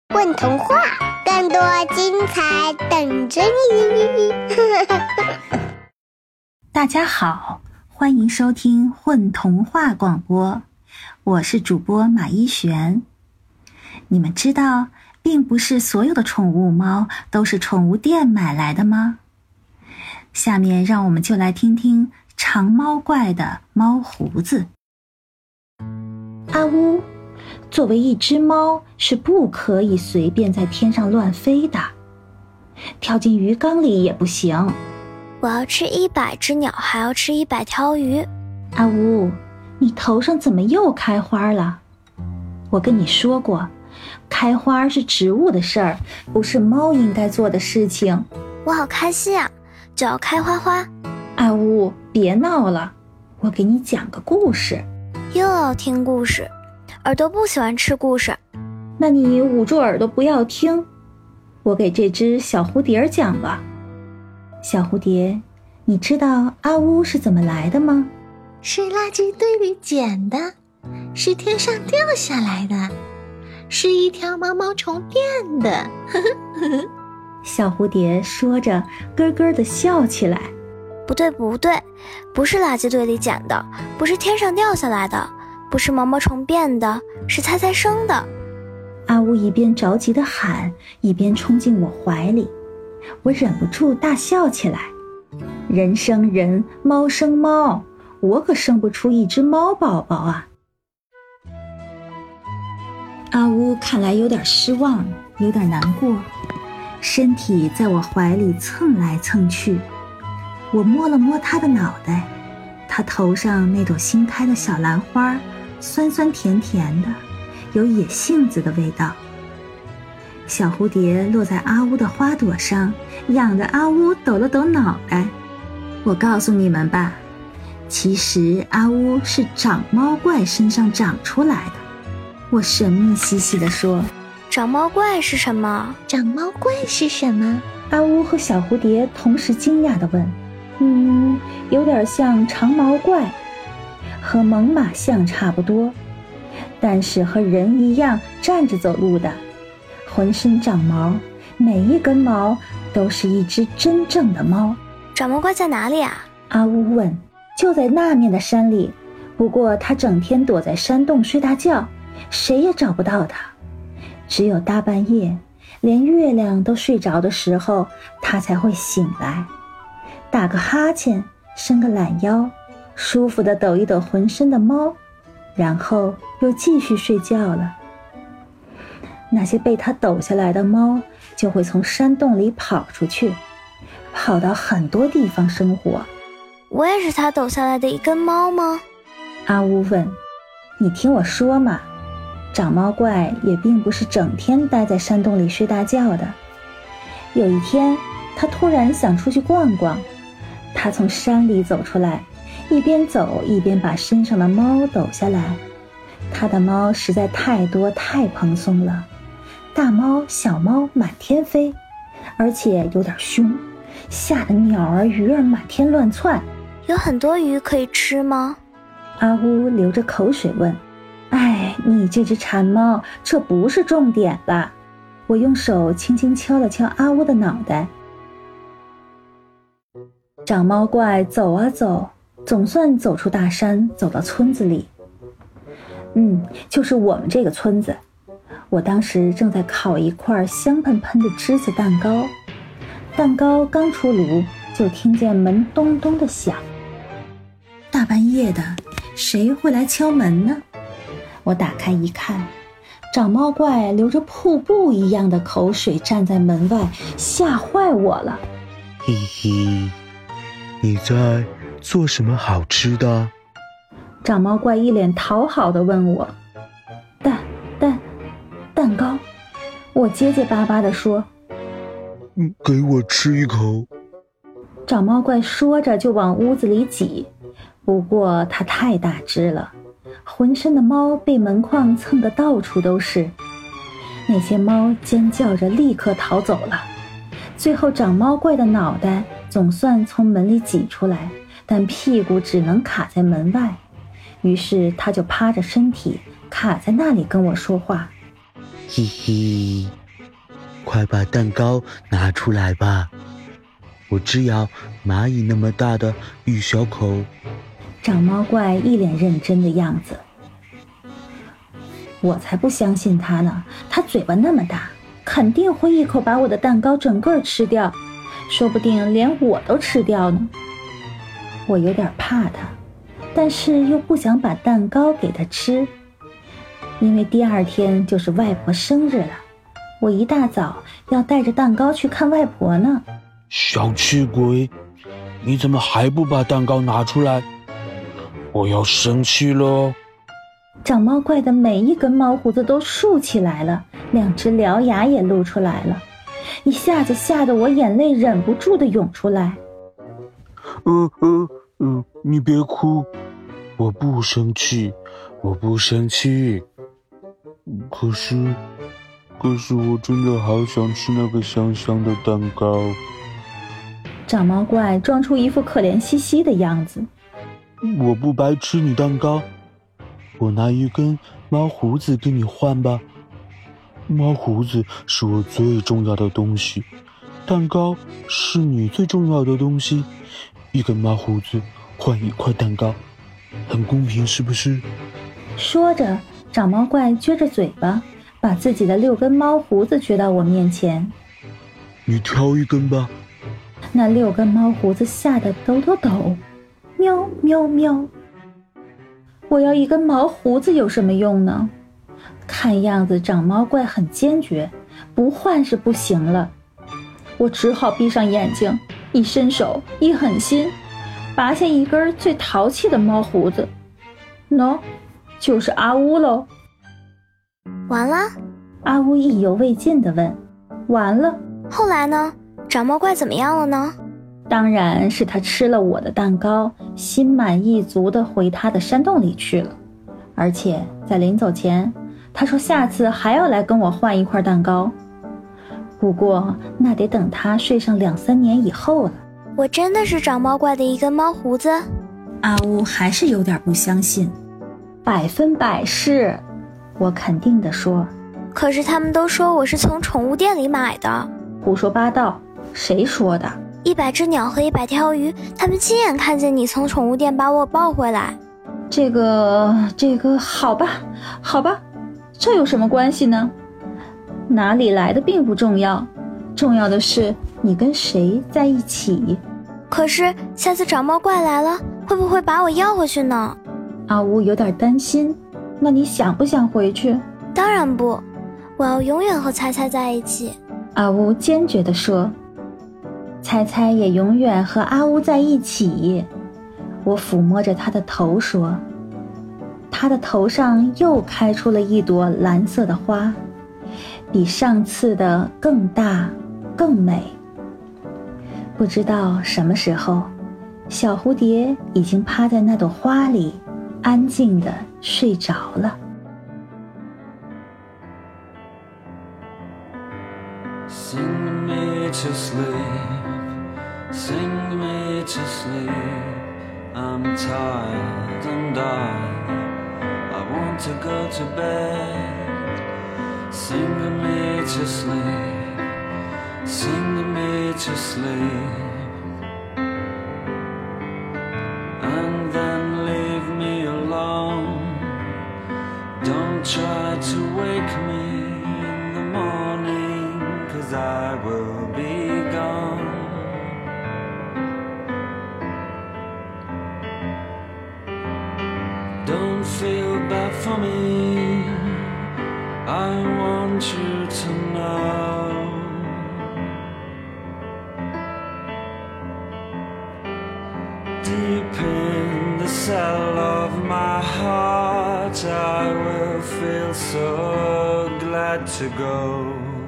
混童话，更多精彩等着你！ 大家好，欢迎收听混童话广播，我是主播马一璇。你们知道，并不是所有的宠物猫都是宠物店买来的吗？下面让我们就来听听长毛怪的猫胡子。阿乌，作为一只猫，是不可以随便在天上乱飞的，跳进鱼缸里也不行。 我要吃100只鸟，还要吃100条鱼。 阿乌，你头上怎么又开花了？我跟你说过，开花是植物的事儿，不是猫应该做的事情。 我好开心啊，就要开花花。 阿乌，别闹了，我给你讲个故事。 又要听故事，耳朵不喜欢吃故事。 那你捂住耳朵不要听，我给这只小蝴蝶讲吧。小蝴蝶，你知道阿乌是怎么来的吗？ 是垃圾堆里捡的，是天上掉下来的，是一条毛毛虫变的。 小蝴蝶说着咯咯地笑起来。 不对，不是垃圾堆里捡的，不是天上掉下来的，不是毛毛虫变的，是猜猜生的。 阿乌一边着急地喊，一边冲进我怀里，我忍不住大笑起来。人生人，猫生猫，我可生不出一只猫宝宝啊！阿乌看来有点失望，有点难过，身体在我怀里蹭来蹭去。我摸了摸他的脑袋，他头上那朵新开的小兰花，酸酸甜甜的，有野杏子的味道。小蝴蝶落在阿乌的花朵上，痒得阿乌抖了抖脑袋。我告诉你们吧，其实阿乌是长毛怪身上长出来的。我神秘兮兮地说。 长毛怪是什么？ 长毛怪是什么？ 阿乌和小蝴蝶同时惊讶地问。有点像长毛怪，和猛犸象差不多，但是和人一样站着走路的，浑身长毛，每一根毛都是一只真正的猫。 长毛怪在哪里啊？ 阿乌问。就在那面的山里，不过它整天躲在山洞睡大觉，谁也找不到它。只有大半夜，连月亮都睡着的时候，它才会醒来，打个哈欠，伸个懒腰，舒服地抖一抖浑身的毛，然后又继续睡觉了。那些被它抖下来的猫就会从山洞里跑出去，跑到很多地方生活。 我也是它抖下来的一根毛吗？ 阿乌问。你听我说嘛，长毛怪也并不是整天待在山洞里睡大觉的。有一天，它突然想出去逛逛，他从山里走出来，一边走一边把身上的毛抖下来。他的毛实在太多太蓬松了，大猫小猫满天飞，而且有点凶，吓得鸟儿鱼儿满天乱窜。 有很多鱼可以吃吗？ 阿乌流着口水问。哎，你这只馋猫，这不是重点了。我用手轻轻敲了敲阿乌的脑袋。长毛怪走啊走，总算走出大山，走到村子里。就是我们这个村子。我当时正在烤一块香喷喷的芝士蛋糕，蛋糕刚出炉，就听见门咚咚的响。大半夜的，谁会来敲门呢？我打开一看，长毛怪流着瀑布一样的口水站在门外，吓坏我了。 嘿嘿，你在做什么好吃的？ 长毛怪一脸讨好地问我。蛋糕，我结结巴巴地说。 给我吃一口。 长毛怪说着就往屋子里挤，不过它太大只了，浑身的毛被门框蹭得到处都是。那些猫尖叫着立刻逃走了。最后长毛怪的脑袋总算从门里挤出来，但屁股只能卡在门外，于是他就趴着身体卡在那里跟我说话。 嘿嘿，快把蛋糕拿出来吧，我只要蚂蚁那么大的一小口。 长毛怪一脸认真的样子。我才不相信他呢，他嘴巴那么大，肯定会一口把我的蛋糕整个吃掉，说不定连我都吃掉呢。我有点怕他，但是又不想把蛋糕给他吃，因为第二天就是外婆生日了，我一大早要带着蛋糕去看外婆呢。 小气鬼，你怎么还不把蛋糕拿出来？我要生气了。 长毛怪的每一根猫胡子都竖起来了，2只獠牙也露出来了，一下子吓得我眼泪忍不住的涌出来。 你别哭，我不生气，我不生气。可是我真的好想吃那个香香的蛋糕。 长毛怪装出一副可怜兮兮的样子。 我不白吃你蛋糕，我拿一根猫胡子跟你换吧。猫胡子是我最重要的东西，蛋糕是你最重要的东西，一根猫胡子换一块蛋糕，很公平是不是？ 说着，长毛怪撅着嘴巴，把自己的6根猫胡子撅到我面前。 你挑一根吧。 那6根猫胡子吓得抖抖抖，喵喵喵。我要一根毛胡子有什么用呢？看样子长毛怪很坚决，不换是不行了。我只好闭上眼睛，一伸手，一狠心，拔下一根最淘气的猫胡子。喏，就是阿乌喽。 完了？ 阿乌意犹未尽地问。完了。 后来呢？长毛怪怎么样了呢？ 当然是他吃了我的蛋糕，心满意足地回他的山洞里去了。而且在临走前，他说下次还要来跟我换一块蛋糕。不过那得等他睡上2-3年以后了。 我真的是长毛怪的一根猫胡子？ 阿乌还是有点不相信。100%是，我肯定地说。 可是他们都说我是从宠物店里买的。 胡说八道，谁说的 ？100只鸟和100条鱼，他们亲眼看见你从宠物店把我抱回来。 这个，好吧，这有什么关系呢？哪里来的并不重要，重要的是你跟谁在一起。 可是下次长毛怪来了，会不会把我要回去呢？ 阿乌有点担心。那你想不想回去？ 当然不，我要永远和猜猜在一起。 阿乌坚决地说。猜猜也永远和阿乌在一起。我抚摸着他的头说。他的头上又开出了一朵蓝色的花，比上次的更大更美。不知道什么时候，小蝴蝶已经趴在那朵花里，安静地睡着了。 Sing me to sleep, sing me to sleep. I'm tired and I want to go to bed. Sing me to sleep, sing me to sleep. And then leave me alone. Don't try to wake me in the morning, 'cause I will be gone. Don't feel bad for me, I want you to know. Deep in the cell of my heart, I will feel so glad to go.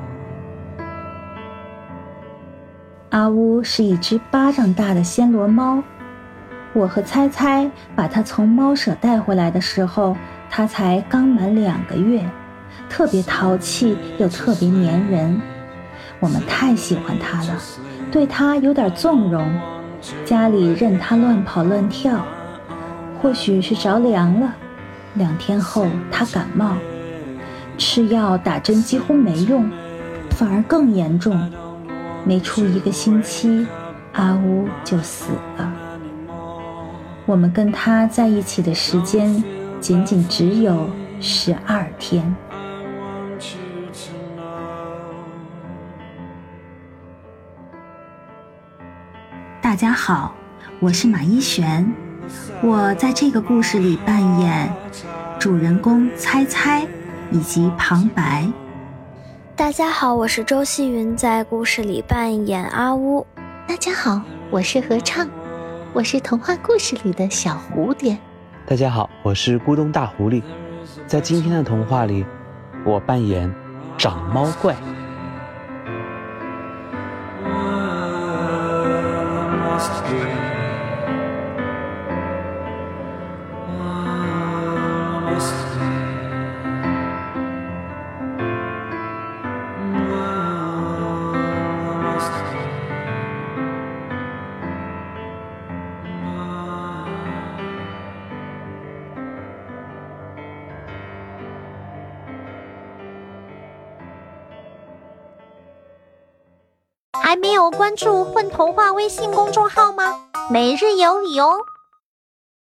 阿乌是一只巴掌大的暹罗猫，我和猜猜把它从猫舍带回来的时候，它才刚满2个月，特别淘气又特别粘人。我们太喜欢它了，对它有点纵容，家里任它乱跑乱跳。或许是着凉了，2天后它感冒， 吃药打针几乎没用，反而更严重。没出1个星期，阿乌就死了。我们跟他在一起的时间仅仅只有12天。大家好，我是马一璇，我在这个故事里扮演主人公猜猜以及旁白。 大家好，我是周希云，在故事里扮演阿乌。 大家好，我是合唱，我是童话故事里的小蝴蝶。 大家好，我是咕咚大狐狸，在今天的童话里，我扮演长猫怪。 还没有关注混童话微信公众号吗？每日有礼哦！